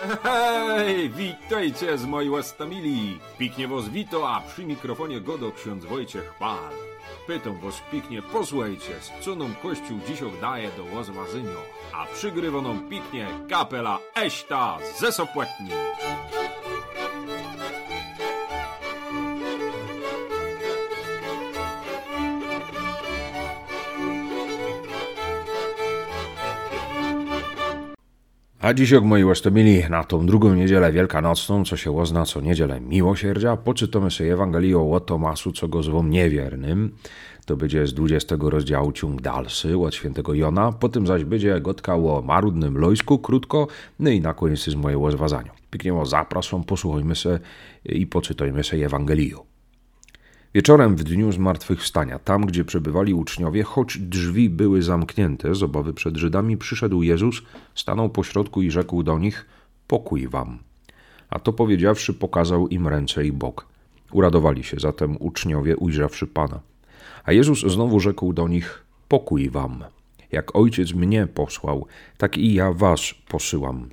Hej, witajcie z mojej łastamili. Piknie was wito, a przy mikrofonie godo ksiądz Wojciech Pal. Pytam was piknie, posłuchajcie, co nam Kościół dzisiaj daje do łazwazynia. A przygrywa nam piknie kapela Eśta ze Sopłetni. A dziś jak moi łastomili na tą drugą niedzielę wielkanocną, co się łozna co niedzielę miłosierdzia, poczytamy sobie Ewangelię o Tomasu, co go zwą niewiernym. To będzie z 20 rozdziału ciąg dalszy od świętego Jona, potem zaś będzie gotka o marudnym lojsku krótko, no i na koniec z moje łazwazania. Pięknie zapraszam, posłuchajmy se i poczytajmy se Ewangelię. Wieczorem w dniu zmartwychwstania, tam gdzie przebywali uczniowie, choć drzwi były zamknięte z obawy przed Żydami, przyszedł Jezus, stanął pośrodku i rzekł do nich: pokój wam. A to powiedziawszy, pokazał im ręce i bok. Uradowali się zatem uczniowie, ujrzawszy Pana. A Jezus znowu rzekł do nich: pokój wam. Jak Ojciec mnie posłał, tak i ja was posyłam.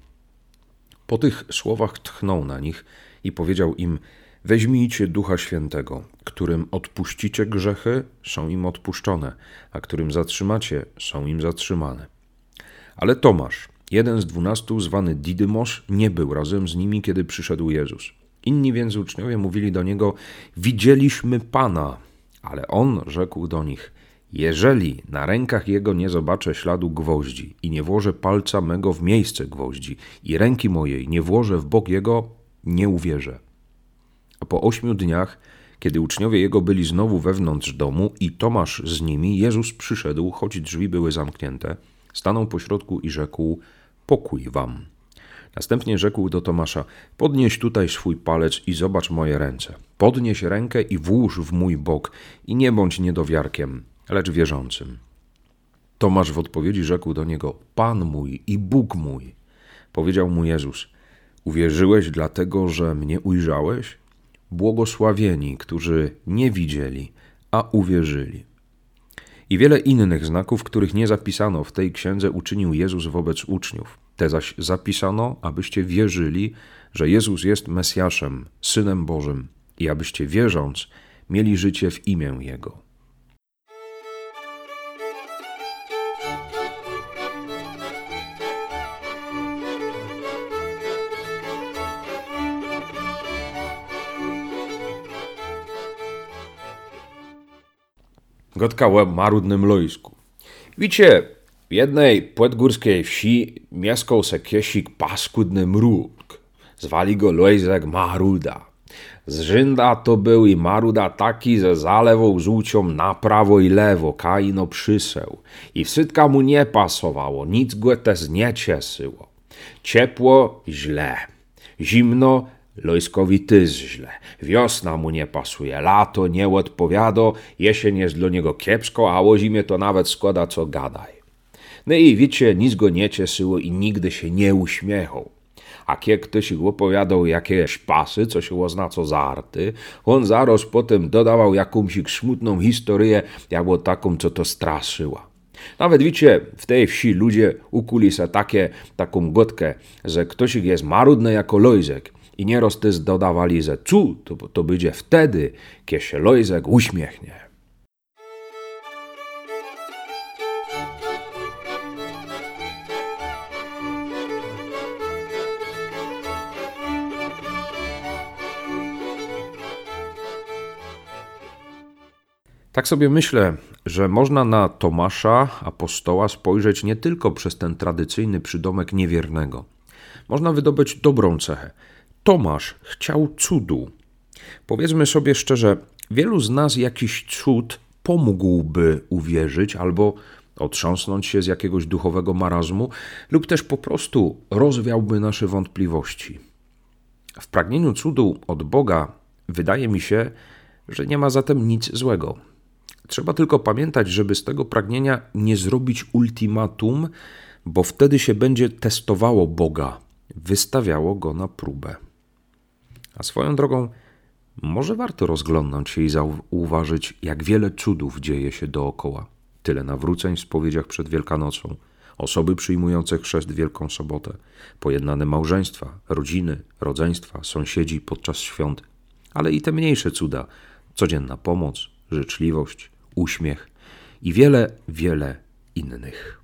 Po tych słowach tchnął na nich i powiedział im: weźmijcie Ducha Świętego, którym odpuścicie grzechy, są im odpuszczone, a którym zatrzymacie, są im zatrzymane. Ale Tomasz, jeden z 12, zwany Didymos, nie był razem z nimi, kiedy przyszedł Jezus. Inni więc uczniowie mówili do niego: widzieliśmy Pana. Ale on rzekł do nich: jeżeli na rękach jego nie zobaczę śladu gwoździ i nie włożę palca mego w miejsce gwoździ i ręki mojej nie włożę w bok jego, nie uwierzę. A po 8 dniach, kiedy uczniowie jego byli znowu wewnątrz domu i Tomasz z nimi, Jezus przyszedł, choć drzwi były zamknięte, stanął pośrodku i rzekł: pokój wam. Następnie rzekł do Tomasza: podnieś tutaj swój palec i zobacz moje ręce. Podnieś rękę i włóż w mój bok i nie bądź niedowiarkiem, lecz wierzącym. Tomasz w odpowiedzi rzekł do niego: Pan mój i Bóg mój. Powiedział mu Jezus: uwierzyłeś dlatego, że mnie ujrzałeś? Błogosławieni, którzy nie widzieli, a uwierzyli. I wiele innych znaków, których nie zapisano w tej księdze, uczynił Jezus wobec uczniów. Te zaś zapisano, abyście wierzyli, że Jezus jest Mesjaszem, Synem Bożym i abyście wierząc mieli życie w imię Jego. Gotka o marudnym lojsku. Wiecie, w jednej podgórskiej wsi mieszkał se kiesik paskudny mruk. Zwali go Lojzek Maruda. Z Żynda to był i Maruda taki, że zalewał żółcią na prawo i lewo, kaino przyseł. I wsytka mu nie pasowało, nic go też nie cieszyło. Ciepło źle, zimno Lojskowi tyz źle. Wiosna mu nie pasuje, lato nie odpowiada, jesień jest dla niego kiepsko, a o zimie to nawet szkoda co gadaj. No i wiecie, nic go nie cieszyło i nigdy się nie uśmiechał. A kiedy ktoś ich opowiadał jakieś pasy, co się oznacza żarty, on zaraz potem dodawał jakąś smutną historię, jakby taką, co to straszyła. Nawet wiecie, w tej wsi ludzie ukuli se taką gotkę, że ktoś ich jest marudny jako Lojzek. I nieraz też dodawali, że to będzie wtedy, kiedy się Lojzek uśmiechnie. Tak sobie myślę, że można na Tomasza, apostoła, spojrzeć nie tylko przez ten tradycyjny przydomek niewiernego. Można wydobyć dobrą cechę. Tomasz chciał cudu. Powiedzmy sobie szczerze, wielu z nas jakiś cud pomógłby uwierzyć albo otrząsnąć się z jakiegoś duchowego marazmu lub też po prostu rozwiałby nasze wątpliwości. W pragnieniu cudu od Boga wydaje mi się, że nie ma zatem nic złego. Trzeba tylko pamiętać, żeby z tego pragnienia nie zrobić ultimatum, bo wtedy się będzie testowało Boga, wystawiało Go na próbę. A swoją drogą, może warto rozglądnąć się i zauważyć, jak wiele cudów dzieje się dookoła. Tyle nawróceń w spowiedziach przed Wielkanocą, osoby przyjmujące chrzest w Wielką Sobotę, pojednane małżeństwa, rodziny, rodzeństwa, sąsiedzi podczas świąt, ale i te mniejsze cuda, codzienna pomoc, życzliwość, uśmiech i wiele, wiele innych.